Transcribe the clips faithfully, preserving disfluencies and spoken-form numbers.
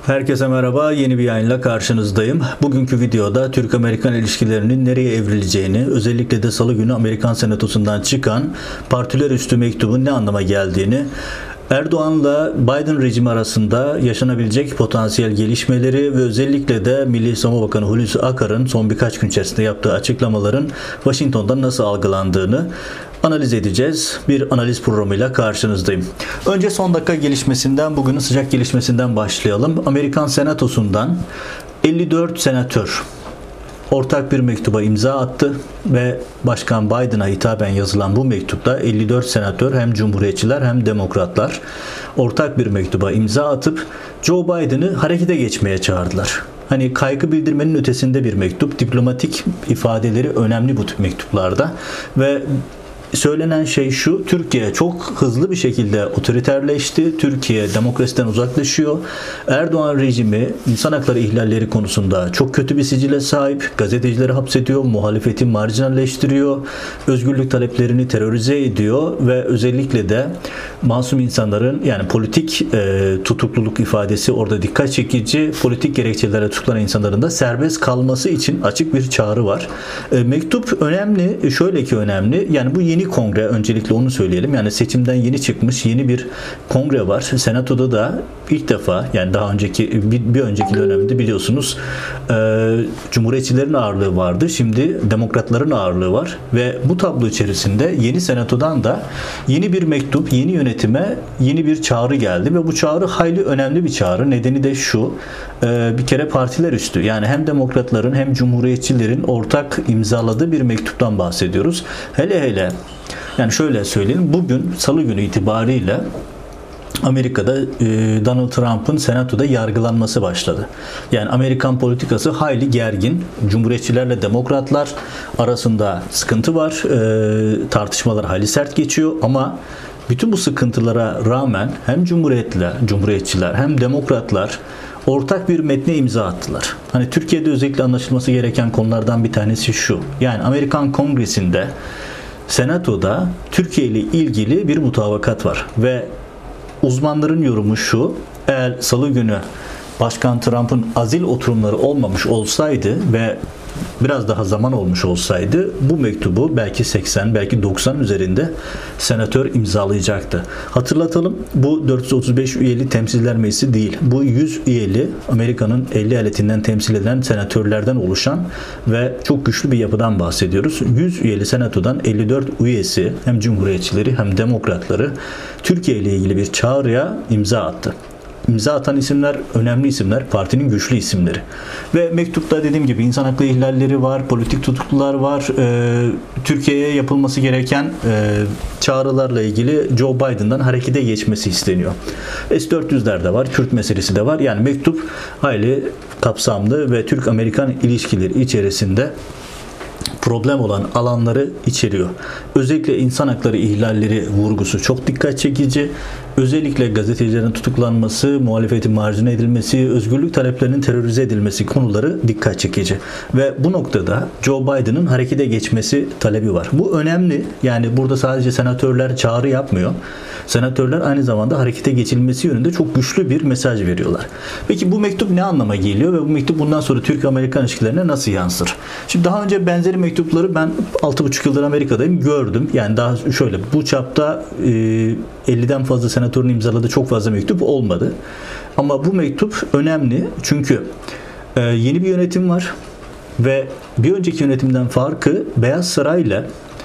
Herkese merhaba, yeni bir yayınla karşınızdayım. Bugünkü videoda Türk-Amerikan ilişkilerinin nereye evrileceğini, özellikle de Salı günü Amerikan Senatosu'ndan çıkan partiler üstü mektubun ne anlama geldiğini, Erdoğan'la Biden rejimi arasında yaşanabilecek potansiyel gelişmeleri ve özellikle de Milli Savunma Bakanı Hulusi Akar'ın son birkaç gün içerisinde yaptığı açıklamaların Washington'da nasıl algılandığını analiz edeceğiz. Bir analiz programıyla karşınızdayım. Önce son dakika gelişmesinden, bugünün sıcak gelişmesinden başlayalım. Amerikan Senatosu'ndan elli dört senatör ortak bir mektuba imza attı ve Başkan Biden'a hitaben yazılan bu mektupta elli dört senatör hem Cumhuriyetçiler hem Demokratlar ortak bir mektuba imza atıp Joe Biden'ı harekete geçmeye çağırdılar. Hani kaygı bildirmenin ötesinde bir mektup, diplomatik ifadeleri önemli bu tip mektuplarda ve söylenen şey şu: Türkiye çok hızlı bir şekilde otoriterleşti. Türkiye demokrasiden uzaklaşıyor. Erdoğan rejimi insan hakları ihlalleri konusunda çok kötü bir sicile sahip. Gazetecileri hapsediyor, muhalefeti marjinalleştiriyor, özgürlük taleplerini terörize ediyor ve özellikle de masum insanların, yani politik e, tutukluluk ifadesi orada dikkat çekici, politik gerekçelere tutuklanan insanların da serbest kalması için açık bir çağrı var. E, mektup önemli. Şöyle ki önemli. Yani bu yeni kongre, öncelikle onu söyleyelim. Yani seçimden yeni çıkmış yeni bir kongre var. Senatoda da ilk defa, yani daha önceki bir, bir önceki dönemde biliyorsunuz e, Cumhuriyetçilerin ağırlığı vardı. Şimdi Demokratların ağırlığı var ve bu tablo içerisinde yeni senatodan da yeni bir mektup, yeni yönetime yeni bir çağrı geldi ve bu çağrı hayli önemli bir çağrı. Nedeni de şu: e, bir kere partiler üstü, yani hem Demokratların hem Cumhuriyetçilerin ortak imzaladığı bir mektuptan bahsediyoruz. Hele hele yani şöyle söyleyeyim, bugün Salı günü itibariyle Amerika'da e, Donald Trump'ın senatoda yargılanması başladı. Yani Amerikan politikası hayli gergin. Cumhuriyetçilerle demokratlar arasında sıkıntı var. E, tartışmalar hayli sert geçiyor ama bütün bu sıkıntılara rağmen hem Cumhuriyetliler, Cumhuriyetçiler hem demokratlar ortak bir metne imza attılar. Hani Türkiye'de özellikle anlaşılması gereken konulardan bir tanesi şu: yani Amerikan Kongresi'nde, Senato'da Türkiye ile ilgili bir mutabakat var ve uzmanların yorumu şu: eğer Salı günü Başkan Trump'ın azil oturumları olmamış olsaydı ve biraz daha zaman olmuş olsaydı bu mektubu belki seksen, belki doksan üzerinde senatör imzalayacaktı. Hatırlatalım, bu dört yüz otuz beş üyeli Temsiller Meclisi değil. Bu yüz üyeli, Amerika'nın elli eyaletinden temsil edilen senatörlerden oluşan ve çok güçlü bir yapıdan bahsediyoruz. yüz üyeli senatodan elli dört üyesi hem Cumhuriyetçileri hem Demokratları Türkiye ile ilgili bir çağrıya imza attı. İmza atan isimler önemli isimler, partinin güçlü isimleri. Ve mektupta dediğim gibi insan hakları ihlalleri var, politik tutuklular var, e, Türkiye'ye yapılması gereken e, çağrılarla ilgili Joe Biden'dan harekete geçmesi isteniyor. S dört yüzler de var, Kürt meselesi de var. Yani mektup hayli kapsamlı ve Türk-Amerikan ilişkileri içerisinde problem olan alanları içeriyor. Özellikle insan hakları ihlalleri vurgusu çok dikkat çekici. Özellikle gazetecilerin tutuklanması, muhalefetin marjine edilmesi, özgürlük taleplerinin terörize edilmesi konuları dikkat çekici. Ve bu noktada Joe Biden'ın harekete geçmesi talebi var. Bu önemli. Yani burada sadece senatörler çağrı yapmıyor. Senatörler aynı zamanda harekete geçilmesi yönünde çok güçlü bir mesaj veriyorlar. Peki bu mektup ne anlama geliyor ve bu mektup bundan sonra Türk-Amerikan ilişkilerine nasıl yansır? Şimdi daha önce benzeri mektupları ben altı buçuk yıldır Amerika'dayım, gördüm. Yani daha şöyle bu çapta elliden fazla senatörün imzaladığı çok fazla mektup olmadı. Ama bu mektup önemli çünkü yeni bir yönetim var ve bir önceki yönetimden farkı Beyaz Saray ile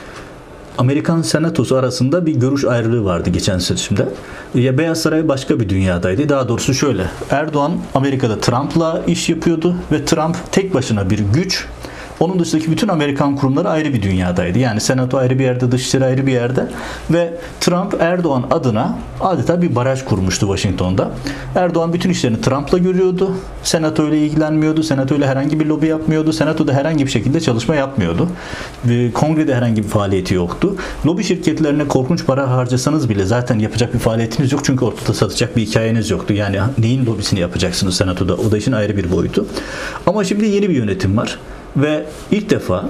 Amerikan Senatosu arasında bir görüş ayrılığı vardı geçen seçimde. Ya Beyaz Saray başka bir dünyadaydı. Daha doğrusu şöyle: Erdoğan Amerika'da Trump'la iş yapıyordu ve Trump tek başına bir güç. Onun dışındaki bütün Amerikan kurumları ayrı bir dünyadaydı. Yani Senato ayrı bir yerde, Dışişleri ayrı bir yerde ve Trump Erdoğan adına adeta bir baraj kurmuştu Washington'da. Erdoğan bütün işlerini Trump'la görüyordu. Senato ile ilgilenmiyordu. Senato ile herhangi bir lobi yapmıyordu. Senato'da herhangi bir şekilde çalışma yapmıyordu. Ve kongrede herhangi bir faaliyeti yoktu. Lobi şirketlerine korkunç para harcasanız bile zaten yapacak bir faaliyetiniz yok. Çünkü ortada satacak bir hikayeniz yoktu. Yani neyin lobisini yapacaksınız Senato'da? O da işin ayrı bir boyutu. Ama şimdi yeni bir yönetim var. Ve ilk defa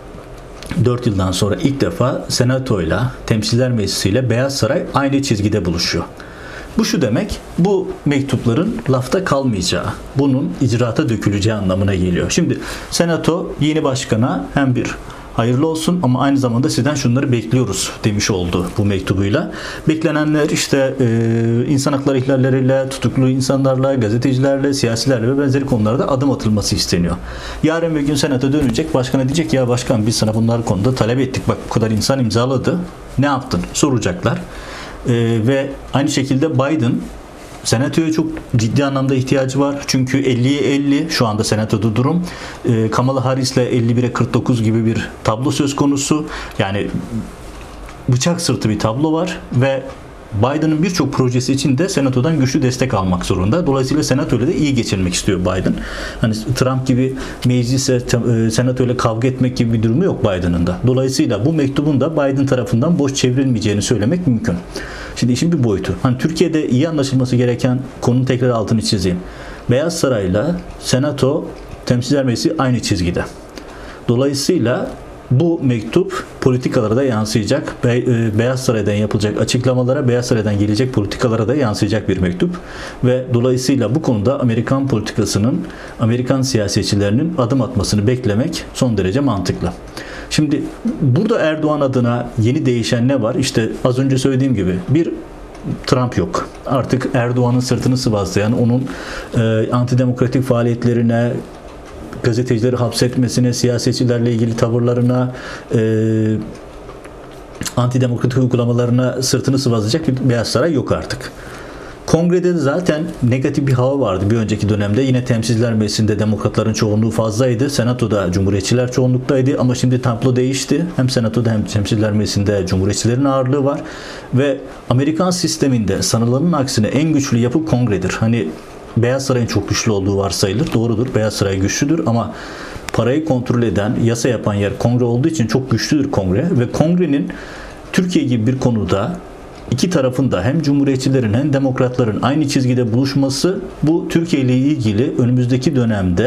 dört yıldan sonra ilk defa Senato'yla, Temsiller Meclisi ile Beyaz Saray aynı çizgide buluşuyor. Bu şu demek, bu mektupların lafta kalmayacağı, bunun icraata döküleceği anlamına geliyor. Şimdi Senato yeni başkana hem bir hayırlı olsun ama aynı zamanda sizden şunları bekliyoruz demiş oldu bu mektubuyla. Beklenenler işte e, insan hakları ihlalleriyle, tutuklu insanlarla, gazetecilerle, siyasilerle ve benzeri konularda adım atılması isteniyor. Yarın bir gün Senato dönecek, başkana diyecek ya başkan biz sana bunlar konuda talep ettik. Bak bu kadar insan imzaladı. Ne yaptın? Soracaklar. E, ve aynı şekilde Biden Senato'ya çok ciddi anlamda ihtiyacı var. Çünkü elliye elli şu anda Senato'da durum. Kamala Harris'le elli bire kırk dokuz gibi bir tablo söz konusu. Yani bıçak sırtı bir tablo var ve Biden'ın birçok projesi için de Senato'dan güçlü destek almak zorunda. Dolayısıyla Senato ile de iyi geçirmek istiyor Biden. Hani Trump gibi meclise, Senato ile kavga etmek gibi bir durumu yok Biden'ın da. Dolayısıyla bu mektubun da Biden tarafından boş çevrilmeyeceğini söylemek mümkün. Şimdi işin bir boyutu. Hani Türkiye'de iyi anlaşılması gereken konunun tekrar altını çizeyim. Beyaz Saray'la Senato Temsilciler Meclisi aynı çizgide. Dolayısıyla bu mektup politikalara da yansıyacak. Beyaz Saray'dan yapılacak açıklamalara, Beyaz Saray'dan gelecek politikalara da yansıyacak bir mektup. Ve dolayısıyla bu konuda Amerikan politikasının, Amerikan siyasetçilerinin adım atmasını beklemek son derece mantıklı. Şimdi burada Erdoğan adına yeni değişen ne var? İşte az önce söylediğim gibi bir Trump yok. Artık Erdoğan'ın sırtını sıvazlayan, onun e, antidemokratik faaliyetlerine, gazetecileri hapsetmesine, siyasetçilerle ilgili tavırlarına, e, antidemokratik uygulamalarına sırtını sıvazlayacak bir Beyaz Saray yok artık. Kongrede de zaten negatif bir hava vardı bir önceki dönemde. Yine Temsilciler Meclisi'nde demokratların çoğunluğu fazlaydı. Senato'da Cumhuriyetçiler çoğunluktaydı ama şimdi tablo değişti. Hem Senato'da hem Temsilciler Meclisi'nde Cumhuriyetçilerin ağırlığı var. Ve Amerikan sisteminde sanılanın aksine en güçlü yapı Kongre'dir. Hani Beyaz Saray'ın çok güçlü olduğu varsayılır. Doğrudur. Beyaz Saray güçlüdür ama parayı kontrol eden, yasa yapan yer Kongre olduğu için çok güçlüdür Kongre. Ve Kongre'nin Türkiye gibi bir konuda İki tarafın da hem Cumhuriyetçilerin hem Demokratların aynı çizgide buluşması bu Türkiye ile ilgili önümüzdeki dönemde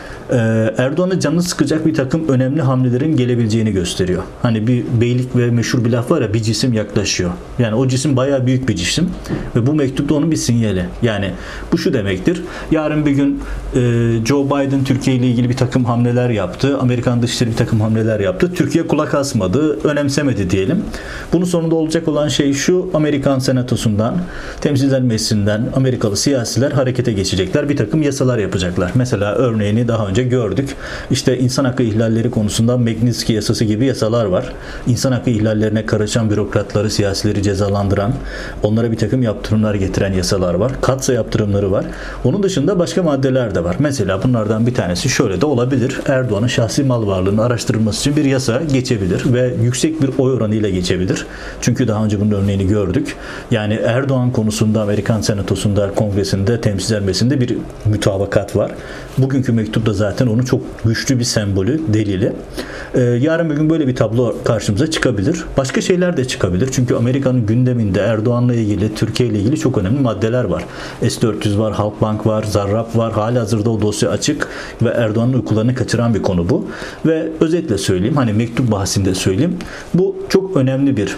Erdoğan'ın canını sıkacak bir takım önemli hamlelerin gelebileceğini gösteriyor. Hani bir beylik ve meşhur bir laf var ya, bir cisim yaklaşıyor. Yani o cisim bayağı büyük bir cisim ve bu mektupta onun bir sinyali. Yani bu şu demektir. Yarın bir gün Joe Biden Türkiye ile ilgili bir takım hamleler yaptı. Amerikan Dışişleri bir takım hamleler yaptı. Türkiye kulak asmadı, önemsemedi diyelim. Bunun sonunda olacak olan şey şu: Amerikan Senatosu'ndan, Temsilciler Meclisi'nden Amerikalı siyasiler harekete geçecekler. Bir takım yasalar yapacaklar. Mesela örneğini daha önce gördük. İşte insan hakkı ihlalleri konusunda Magnitsky yasası gibi yasalar var. İnsan hakkı ihlallerine karışan bürokratları, siyasileri cezalandıran, onlara bir takım yaptırımlar getiren yasalar var. Katsa yaptırımları var. Onun dışında başka maddeler de var. Mesela bunlardan bir tanesi şöyle de olabilir: Erdoğan'ın şahsi mal varlığının araştırılması için bir yasa geçebilir ve yüksek bir oy oranıyla geçebilir. Çünkü daha önce bunun örneğini gördük. Yani Erdoğan konusunda Amerikan Senatosu'nda, Kongresi'nde, Temsilciler Meclisi'nde bir mütabakat var. Bugünkü mektupta zaten onun çok güçlü bir sembolü, delili. Ee, yarın bir gün böyle bir tablo karşımıza çıkabilir. Başka şeyler de çıkabilir. Çünkü Amerika'nın gündeminde Erdoğan'la ilgili, Türkiye ile ilgili çok önemli maddeler var. S dört yüz var, Halkbank var, Zarrab var. Halihazırda o dosya açık ve Erdoğan'ın uykularını kaçıran bir konu bu. Ve özetle söyleyeyim, hani mektup bahsinde söyleyeyim. Bu çok önemli bir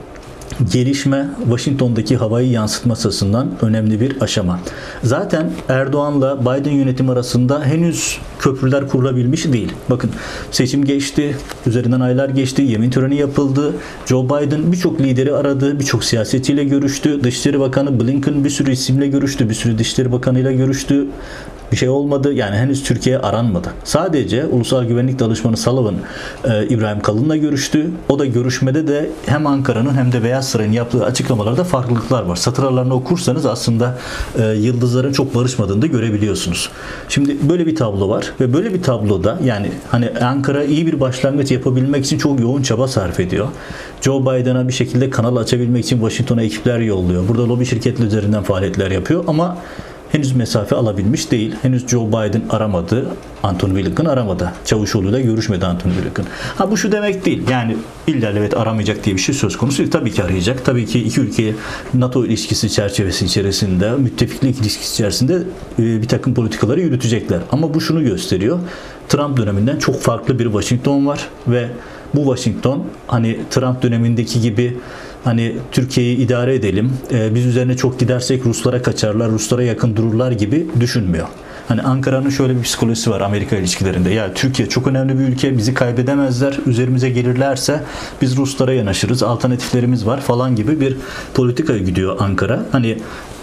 gelişme, Washington'daki havayı yansıtması açısından önemli bir aşama. Zaten Erdoğan'la Biden yönetimi arasında henüz köprüler kurulabilmiş değil. Bakın, seçim geçti, üzerinden aylar geçti, yemin töreni yapıldı. Joe Biden birçok lideri aradı, birçok siyasetçiyle görüştü. Dışişleri Bakanı Blinken bir sürü isimle görüştü, bir sürü Dışişleri Bakanı'yla görüştü. Bir şey olmadı. Yani henüz Türkiye aranmadı. Sadece Ulusal Güvenlik Danışmanı Sullivan e, İbrahim Kalın'la görüştü. O da görüşmede de hem Ankara'nın hem de Beyaz Saray'ın yaptığı açıklamalarda farklılıklar var. Satır aralarını okursanız aslında e, yıldızların çok barışmadığını da görebiliyorsunuz. Şimdi böyle bir tablo var ve böyle bir tabloda yani hani Ankara iyi bir başlangıç yapabilmek için çok yoğun çaba sarf ediyor. Joe Biden'a bir şekilde kanal açabilmek için Washington'a ekipler yolluyor. Burada lobi şirketleri üzerinden faaliyetler yapıyor ama henüz mesafe alabilmiş değil. Henüz Joe Biden aramadı. Antony Blinken aramadı. Çavuşoğlu'yla görüşmedi Antony Blinken. Ha bu şu demek değil. Yani illalebet aramayacak diye bir şey söz konusu değil. Tabii ki arayacak. Tabii ki iki ülke NATO ilişkisi çerçevesi içerisinde, müttefiklik ilişkisi içerisinde bir takım politikaları yürütecekler. Ama bu şunu gösteriyor: Trump döneminden çok farklı bir Washington var ve bu Washington hani Trump dönemindeki gibi hani Türkiye'yi idare edelim, e, biz üzerine çok gidersek Ruslara kaçarlar, Ruslara yakın dururlar gibi düşünmüyor. Hani Ankara'nın şöyle bir psikolojisi var Amerika ilişkilerinde. Ya Türkiye çok önemli bir ülke, bizi kaybedemezler, üzerimize gelirlerse biz Ruslara yanaşırız, alternatiflerimiz var falan gibi bir politikaya gidiyor Ankara. Hani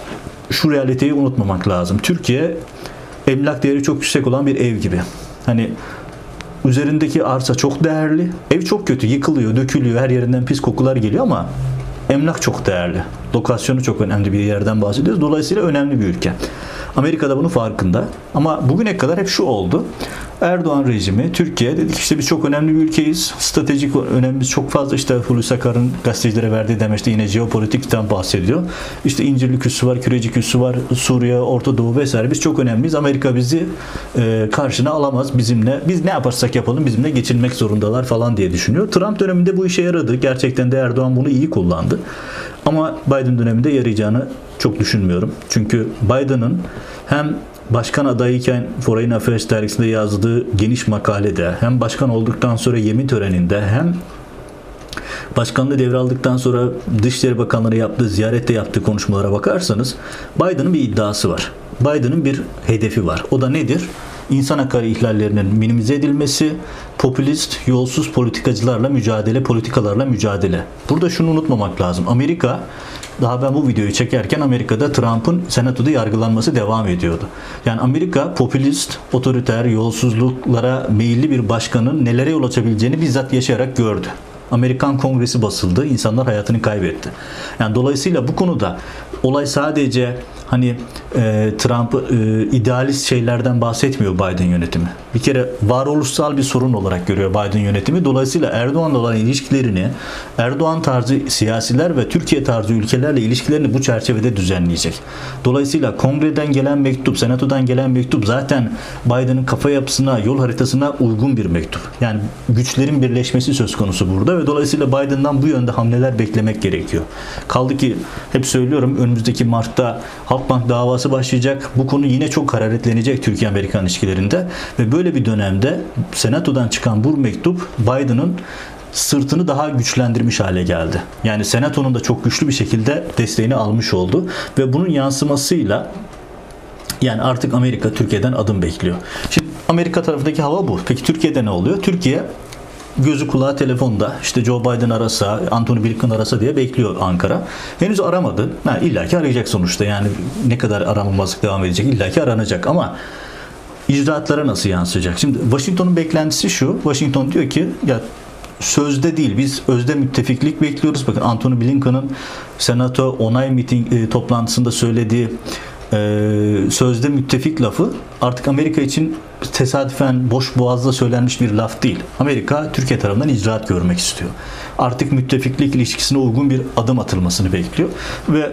şu realiteyi unutmamak lazım. Türkiye emlak değeri çok yüksek olan bir ev gibi. Hani üzerindeki arsa çok değerli, ev çok kötü, yıkılıyor, dökülüyor, her yerinden pis kokular geliyor ama emlak çok değerli. Lokasyonu çok önemli bir yerden bahsediyoruz. Dolayısıyla önemli bir ülke. Amerika'da bunun farkında. Ama bugüne kadar hep şu oldu. Erdoğan rejimi, Türkiye dedik işte biz çok önemli bir ülkeyiz. Stratejik önemimiz çok fazla. İşte Hulusi Akar'ın gazetecilere verdiği demeçte yine jeopolitikten bahsediyor. İşte İncirlik üssü var, Kürecik üssü var, Suriye, Orta Doğu vesaire. Biz çok önemliyiz. Amerika bizi e, karşına alamaz bizimle. Biz ne yaparsak yapalım bizimle geçinmek zorundalar falan diye düşünüyor. Trump döneminde bu işe yaradı. Gerçekten de Erdoğan bunu iyi kullandı. Ama Biden döneminde yarayacağını çok düşünmüyorum. Çünkü Biden'ın hem başkan adayıyken Foreign Affairs dergisinde yazdığı geniş makalede, hem başkan olduktan sonra yemin töreninde, hem başkanlığı devraldıktan sonra Dışişleri Bakanları yaptığı, ziyarette yaptığı konuşmalara bakarsanız Biden'ın bir iddiası var. Biden'ın bir hedefi var. O da nedir? İnsan hakları ihlallerinin minimize edilmesi, popülist, yolsuz politikacılarla mücadele, politikalarla mücadele. Burada şunu unutmamak lazım. Amerika, daha ben bu videoyu çekerken Amerika'da Trump'ın senatoda yargılanması devam ediyordu. Yani Amerika popülist, otoriter, yolsuzluklara meyilli bir başkanın nelere yol açabileceğini bizzat yaşayarak gördü. Amerikan Kongresi basıldı, insanlar hayatını kaybetti. Yani dolayısıyla bu konuda olay sadece hani e, Trump e, idealist şeylerden bahsetmiyor Biden yönetimi. Bir kere varoluşsal bir sorun olarak görüyor Biden yönetimi. Dolayısıyla Erdoğan'la olan ilişkilerini, Erdoğan tarzı siyasiler ve Türkiye tarzı ülkelerle ilişkilerini bu çerçevede düzenleyecek. Dolayısıyla Kongreden gelen mektup, Senato'dan gelen mektup zaten Biden'ın kafa yapısına, yol haritasına uygun bir mektup. Yani güçlerin birleşmesi söz konusu burada ve dolayısıyla Biden'dan bu yönde hamleler beklemek gerekiyor. Kaldı ki hep söylüyorum önümüzdeki Mart'ta Halkbank davası başlayacak. Bu konu yine çok hararetlenecek Türkiye-Amerikan ilişkilerinde ve böyle bir dönemde Senato'dan çıkan bu mektup Biden'ın sırtını daha güçlendirmiş hale geldi. Yani Senato'nun da çok güçlü bir şekilde desteğini almış oldu ve bunun yansımasıyla yani artık Amerika Türkiye'den adım bekliyor. Şimdi Amerika tarafındaki hava bu. Peki Türkiye'de ne oluyor? Türkiye gözü kulağı telefonda, işte Joe Biden arasa, Antony Blinken arasa diye bekliyor Ankara. Henüz aramadı. Ha, illaki arayacak sonuçta. Yani ne kadar aranılmazlık devam edecek, illaki aranacak ama icraatlara nasıl yansıyacak? Şimdi Washington'un beklentisi şu. Washington diyor ki ya sözde değil, biz özde müttefiklik bekliyoruz. Bakın Antony Blinken'ın Senato onay miting e, toplantısında söylediği Ee, sözde müttefik lafı artık Amerika için tesadüfen boş boğazla söylenmiş bir laf değil. Amerika Türkiye tarafından icraat görmek istiyor. Artık müttefiklik ilişkisine uygun bir adım atılmasını bekliyor ve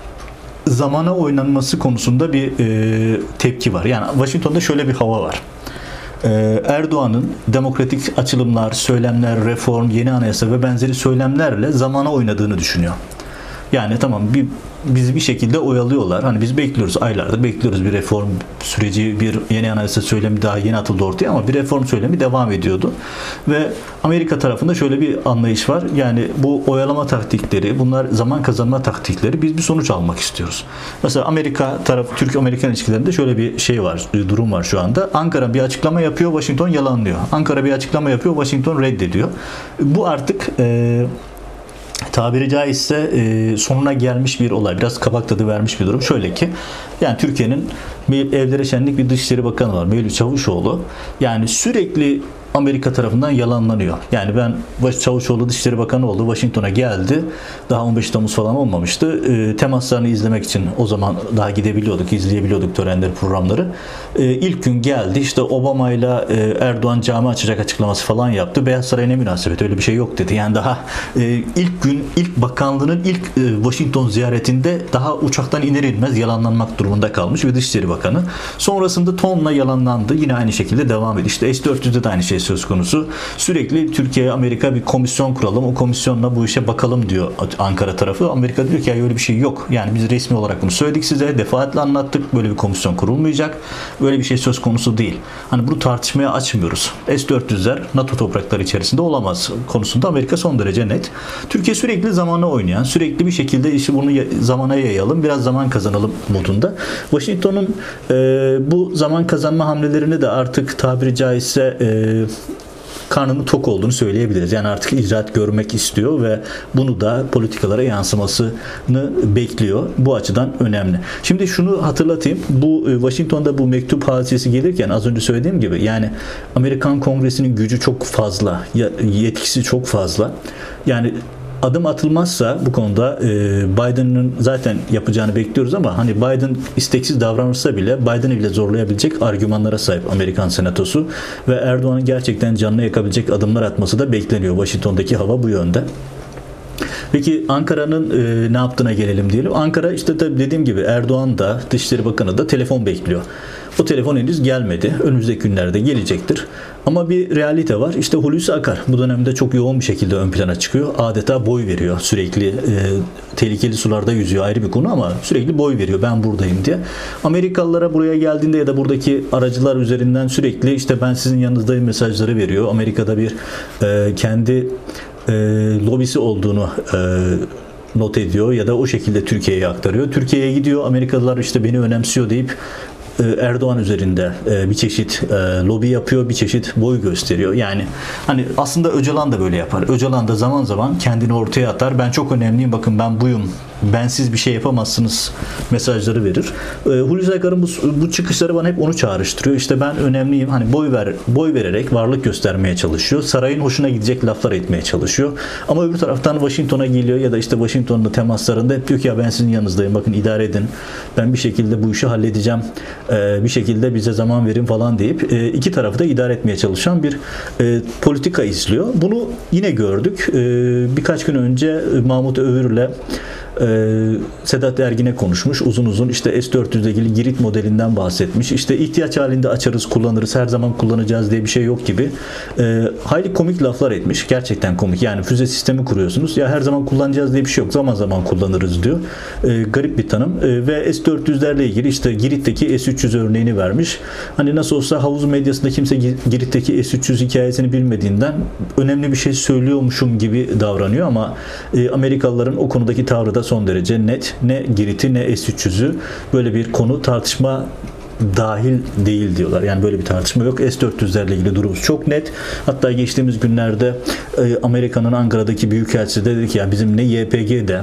zamana oynanması konusunda bir e, tepki var. Yani Washington'da şöyle bir hava var. Ee, Erdoğan'ın demokratik açılımlar, söylemler, reform, yeni anayasa ve benzeri söylemlerle zamana oynadığını düşünüyor. Yani tamam bir bizi bir şekilde oyalıyorlar. Hani biz bekliyoruz, aylardır bekliyoruz bir reform süreci, bir yeni anayasa söylemi daha yeni atıldı ortaya ama bir reform söylemi devam ediyordu. Ve Amerika tarafında şöyle bir anlayış var. Yani bu oyalama taktikleri, bunlar zaman kazanma taktikleri. Biz bir sonuç almak istiyoruz. Mesela Amerika tarafı, Türk-Amerikan ilişkilerinde şöyle bir şey var, bir durum var şu anda. Ankara bir açıklama yapıyor, Washington yalanlıyor. Ankara bir açıklama yapıyor, Washington reddediyor. Bu artık e, tabiri caizse e, sonuna gelmiş bir olay. Biraz kabak tadı vermiş bir durum. Şöyle ki yani Türkiye'nin evlere şenlik bir Dışişleri Bakanı var. Mevlüt Çavuşoğlu. Yani sürekli Amerika tarafından yalanlanıyor. Yani ben Çavuşoğlu Dışişleri Bakanı oldu. Washington'a geldi. Daha on beş Temmuz falan olmamıştı. E, temaslarını izlemek için o zaman daha gidebiliyorduk, izleyebiliyorduk törenleri, programları. E, ilk gün geldi. İşte Obama ile Erdoğan cami açacak açıklaması falan yaptı. Beyaz Saray ne münasebet, öyle bir şey yok dedi. Yani daha e, ilk gün, ilk bakanlığının ilk e, Washington ziyaretinde daha uçaktan iner inmez yalanlanmak durumunda kalmış ve Dışişleri Bakanı. Sonrasında tonla yalanlandı. Yine aynı şekilde devam ediyor. İşte S dört yüzde de aynı şey söz konusu. Sürekli Türkiye, Amerika bir komisyon kuralım, o komisyonla bu işe bakalım diyor Ankara tarafı. Amerika diyor ki ya öyle bir şey yok. Yani biz resmi olarak bunu söyledik size, defaatle anlattık. Böyle bir komisyon kurulmayacak. Böyle bir şey söz konusu değil. Hani bunu tartışmaya açmıyoruz. S dört yüzler NATO toprakları içerisinde olamaz konusunda Amerika son derece net. Türkiye sürekli zamana oynayan, sürekli bir şekilde işi bunu zamana yayalım, biraz zaman kazanalım modunda. Washington'un e, bu zaman kazanma hamlelerini de artık tabiri caizse e, karnının tok olduğunu söyleyebiliriz. Yani artık icraat görmek istiyor ve bunu da politikalara yansımasını bekliyor. Bu açıdan önemli. Şimdi şunu hatırlatayım. Bu Washington'da bu mektup hadisesi gelirken az önce söylediğim gibi yani Amerikan Kongresi'nin gücü çok fazla, yetkisi çok fazla. Yani adım atılmazsa bu konuda Biden'ın zaten yapacağını bekliyoruz ama hani Biden isteksiz davranırsa bile Biden'ı bile zorlayabilecek argümanlara sahip Amerikan Senatosu ve Erdoğan'ın gerçekten canını yakabilecek adımlar atması da bekleniyor. Washington'daki hava bu yönde. Peki Ankara'nın e, ne yaptığına gelelim diyelim. Ankara işte tabii dediğim gibi Erdoğan da Dışişleri Bakanı da telefon bekliyor. O telefon henüz gelmedi. Önümüzdeki günlerde gelecektir. Ama bir realite var. İşte Hulusi Akar bu dönemde çok yoğun bir şekilde ön plana çıkıyor. Adeta boy veriyor. Sürekli e, tehlikeli sularda yüzüyor ayrı bir konu ama sürekli boy veriyor. Ben buradayım diye. Amerikalılara buraya geldiğinde ya da buradaki aracılar üzerinden sürekli işte ben sizin yanınızdayım mesajları veriyor. Amerika'da bir e, kendi e, lobisi olduğunu e, not ediyor ya da o şekilde Türkiye'ye aktarıyor. Türkiye'ye gidiyor. Amerikalılar işte beni önemsiyor deyip Erdoğan üzerinde bir çeşit lobi yapıyor, bir çeşit boy gösteriyor. Yani hani aslında Öcalan da böyle yapar. Öcalan da zaman zaman kendini ortaya atar. Ben çok önemliyim, bakın ben buyum, bensiz bir şey yapamazsınız mesajları verir. Hulusi Akar'ın bu, bu çıkışları bana hep onu çağrıştırıyor. İşte ben önemliyim, hani boy ver boy vererek varlık göstermeye çalışıyor. Sarayın hoşuna gidecek laflar etmeye çalışıyor. Ama öbür taraftan Washington'a geliyor ya da işte Washington'la temaslarında hep diyor ki ya ben sizin yanınızdayım, bakın idare edin. Ben bir şekilde bu işi halledeceğim. Bir şekilde bize zaman verin falan deyip iki tarafı da idare etmeye çalışan bir politika izliyor. Bunu yine gördük. Birkaç gün önce Mahmut Övür'le Sedat Ergin'e konuşmuş. Uzun uzun işte S dört yüz ile ilgili Girit modelinden bahsetmiş. İşte ihtiyaç halinde açarız, kullanırız, her zaman kullanacağız diye bir şey yok gibi. E, hayli komik laflar etmiş. Gerçekten komik. Yani füze sistemi kuruyorsunuz. Ya her zaman kullanacağız diye bir şey yok. Zaman zaman kullanırız diyor. E, garip bir tanım. E, ve S dört yüzlerle ilgili işte Girit'teki S üç yüz örneğini vermiş. Hani nasıl olsa havuz medyasında kimse Girit'teki S üç yüz hikayesini bilmediğinden önemli bir şey söylüyormuşum gibi davranıyor ama e, Amerikalıların o konudaki tavrı da son derece net. Ne Girit'i ne S üç yüzü böyle bir konu tartışma dahil değil diyorlar. Yani böyle bir tartışma yok. S dört yüzlerle ilgili durumumuz çok net. Hatta geçtiğimiz günlerde e, Amerika'nın Ankara'daki büyükelçisi dedi ki ya bizim ne Y P G'de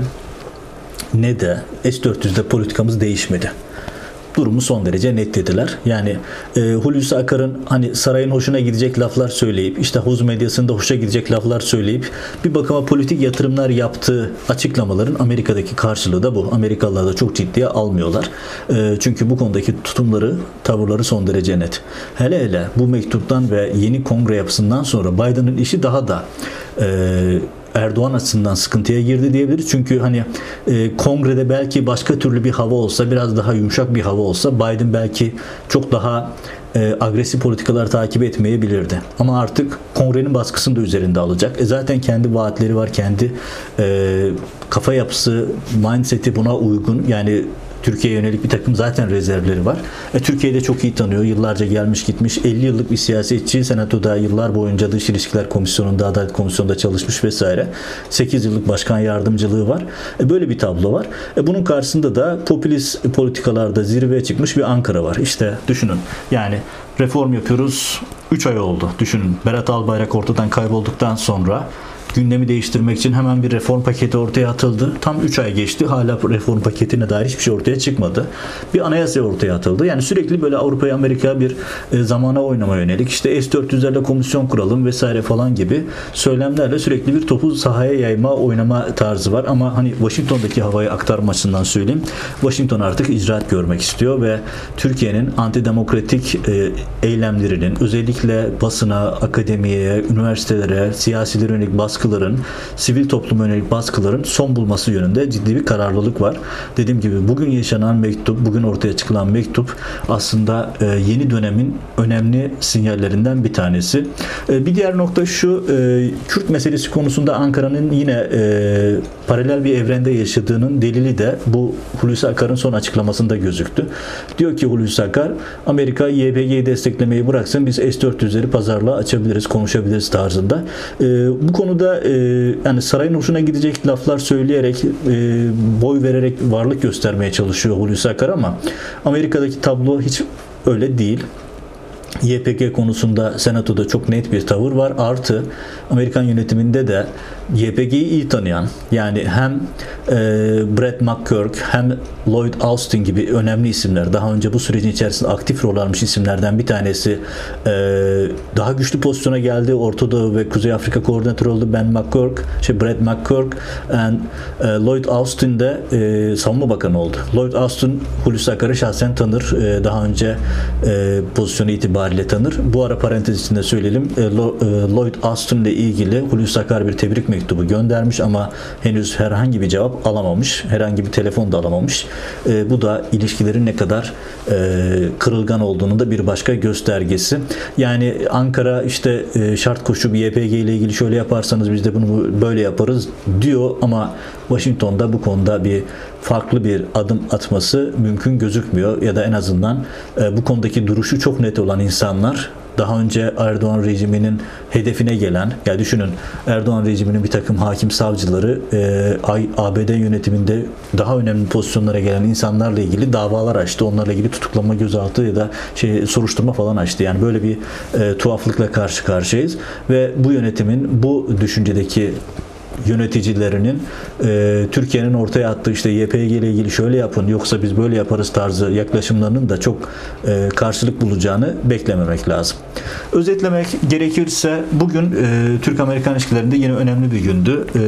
ne de S dört yüzde politikamız değişmedi. Durumu son derece net dediler. Yani e, Hulusi Akar'ın hani sarayın hoşuna gidecek laflar söyleyip işte havuz medyasında hoşa gidecek laflar söyleyip bir bakıma politik yatırımlar yaptığı açıklamaların Amerika'daki karşılığı da bu. Amerikalılar da çok ciddiye almıyorlar. E, çünkü bu konudaki tutumları, tavırları son derece net. Hele hele bu mektuptan ve yeni kongre yapısından sonra Biden'ın işi daha da e, Erdoğan açısından sıkıntıya girdi diyebiliriz. Çünkü hani e, kongrede belki başka türlü bir hava olsa, biraz daha yumuşak bir hava olsa Biden belki çok daha e, agresif politikalar takip etmeyebilirdi. Ama artık kongrenin baskısını da üzerinde alacak. E, zaten kendi vaatleri var, kendi e, kafa yapısı, mindseti buna uygun. Yani Türkiye'ye yönelik bir takım zaten rezervleri var. E, Türkiye'de çok iyi tanıyor. Yıllarca gelmiş gitmiş. elli yıllık bir siyasetçi. Senatoda yıllar boyunca Dış İlişkiler Komisyonu'nda, Adalet Komisyonu'nda çalışmış vesaire. sekiz yıllık başkan yardımcılığı var. E, böyle bir tablo var. E, bunun karşısında da popülist politikalarda zirveye çıkmış bir Ankara var. İşte düşünün. Yani reform yapıyoruz. üç ay oldu. Düşünün. Berat Albayrak ortadan kaybolduktan sonra gündemi değiştirmek için hemen bir reform paketi ortaya atıldı. Tam üç ay geçti. Hala reform paketine dair hiçbir şey ortaya çıkmadı. Bir anayasa ortaya atıldı. Yani sürekli böyle Avrupa'ya, Amerika'ya bir e, zamana oynama yönelik işte S dört yüzlerle komisyon kuralım vesaire falan gibi söylemlerle sürekli bir topu sahaya yayma, oynama tarzı var. Ama hani Washington'daki havayı aktarma açısından söyleyeyim. Washington artık icraat görmek istiyor ve Türkiye'nin antidemokratik e, eylemlerinin özellikle basına, akademiye, üniversitelere, siyasilere yönelik baskı baskıların, sivil topluma yönelik baskıların son bulması yönünde ciddi bir kararlılık var. Dediğim gibi bugün yaşanan mektup, bugün ortaya çıkılan mektup aslında e, yeni dönemin önemli sinyallerinden bir tanesi. E, bir diğer nokta şu, e, Kürt meselesi konusunda Ankara'nın yine e, paralel bir evrende yaşadığının delili de bu Hulusi Akar'ın son açıklamasında gözüktü. Diyor ki Hulusi Akar, Amerika Y P G'yi desteklemeyi bıraksın, biz S dört yüzleri pazarlığa açabiliriz, konuşabiliriz tarzında. E, bu konuda e, yani sarayın hoşuna gidecek laflar söyleyerek, e, boy vererek varlık göstermeye çalışıyor Hulusi Akar ama Amerika'daki tablo hiç öyle değil. Y P G konusunda Senato'da çok net bir tavır var. Artı Amerikan yönetiminde de Y P G'yi iyi tanıyan, yani hem e, Brett McGurk hem Lloyd Austin gibi önemli isimler, daha önce bu sürecin içerisinde aktif rol almış isimlerden bir tanesi e, daha güçlü pozisyona geldi. Orta Doğu ve Kuzey Afrika koordinatörü oldu. Ben McGurk, şey Brett McGurk and e, Lloyd Austin de e, savunma bakanı oldu. Lloyd Austin Hulusi Akar'ı şahsen tanır. E, daha önce e, pozisyonu itibariyle tanır. Bu ara parantez içinde söyleyelim. E, Lloyd Austin ile ilgili Hulusi Akar bir tebrik mektubu göndermiş ama henüz herhangi bir cevap alamamış. Herhangi bir telefon da alamamış. E, bu da ilişkilerin ne kadar e, kırılgan olduğunu da bir başka göstergesi. Yani Ankara işte e, şart koşup Y P G ile ilgili şöyle yaparsanız biz de bunu böyle yaparız diyor ama Washington'da bu konuda bir farklı bir adım atması mümkün gözükmüyor ya da en azından e, bu konudaki duruşu çok net olan insanlar, daha önce Erdoğan rejiminin hedefine gelen, ya düşünün Erdoğan rejiminin bir takım hakim savcıları e, A B D yönetiminde daha önemli pozisyonlara gelen insanlarla ilgili davalar açtı. Onlarla ilgili tutuklama, gözaltı ya da şey soruşturma falan açtı. Yani böyle bir e, tuhaflıkla karşı karşıyayız ve bu yönetimin bu düşüncedeki yöneticilerinin e, Türkiye'nin ortaya attığı işte Y P G ile ilgili şöyle yapın yoksa biz böyle yaparız tarzı yaklaşımlarının da çok e, karşılık bulacağını beklememek lazım. Özetlemek gerekirse bugün e, Türk-Amerikan ilişkilerinde yine önemli bir gündü. E,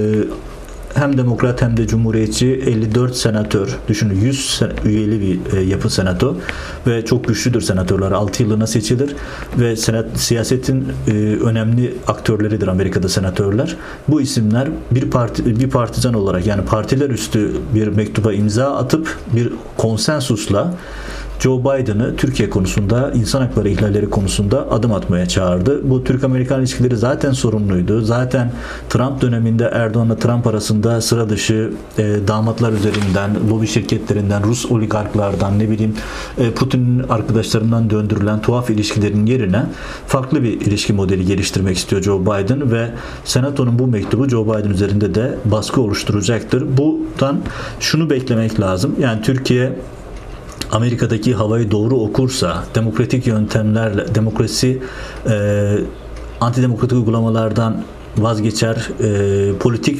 hem demokrat hem de cumhuriyetçi elli dört senatör, düşünün yüz üyeli bir yapı senato ve çok güçlüdür senatörler, altı yıllığına seçilir ve senat, siyasetin önemli aktörleridir Amerika'da senatörler. Bu isimler bir parti bir partizan olarak, yani partiler üstü bir mektuba imza atıp bir konsensusla Joe Biden'ı Türkiye konusunda, insan hakları ihlalleri konusunda adım atmaya çağırdı. Bu Türk-Amerikan ilişkileri zaten sorunluydu. Zaten Trump döneminde Erdoğan'la Trump arasında sıra dışı e, damatlar üzerinden, lobi şirketlerinden, Rus oligarklardan, ne bileyim e, Putin'in arkadaşlarından döndürülen tuhaf ilişkilerin yerine farklı bir ilişki modeli geliştirmek istiyor Joe Biden ve Senato'nun bu mektubu Joe Biden üzerinde de baskı oluşturacaktır. Buradan şunu beklemek lazım. Yani Türkiye Amerika'daki havayı doğru okursa, demokratik yöntemlerle, demokrasi, e, antidemokratik uygulamalardan vazgeçer, e, politik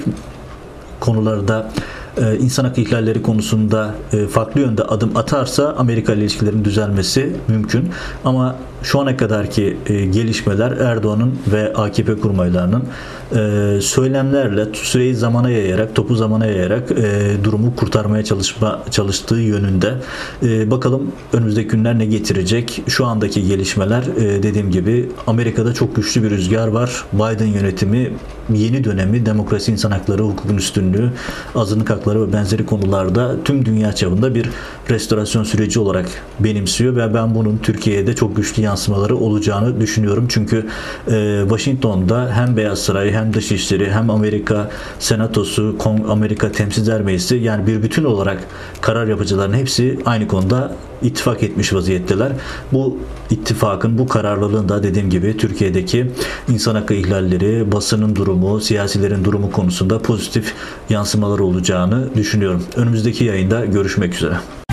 konularda, e, insan hakkı ihlalleri konusunda e, farklı yönde adım atarsa Amerika ile ilişkilerin düzelmesi mümkün. Ama şu ana kadarki e, gelişmeler Erdoğan'ın ve A K P kurmaylarının e, söylemlerle süreyi zamana yayarak, topu zamana yayarak e, durumu kurtarmaya çalışma çalıştığı yönünde. E, bakalım önümüzdeki günler ne getirecek? Şu andaki gelişmeler e, dediğim gibi Amerika'da çok güçlü bir rüzgar var. Biden yönetimi yeni dönemi demokrasi, insan hakları, hukukun üstünlüğü, azınlık hakları ve benzeri konularda tüm dünya çapında bir restorasyon süreci olarak benimsiyor ve ben bunun Türkiye'de çok güçlü yansımaları olacağını düşünüyorum. Çünkü e, Washington'da hem Beyaz Saray hem Dışişleri hem Amerika Senatosu, Amerika Temsilciler Meclisi, yani bir bütün olarak karar yapıcıların hepsi aynı konuda ittifak etmiş vaziyetteler. Bu ittifakın, bu kararlılığın da dediğim gibi Türkiye'deki insan hakkı ihlalleri, basının durumu, siyasilerin durumu konusunda pozitif yansımaları olacağını düşünüyorum. Önümüzdeki yayında görüşmek üzere.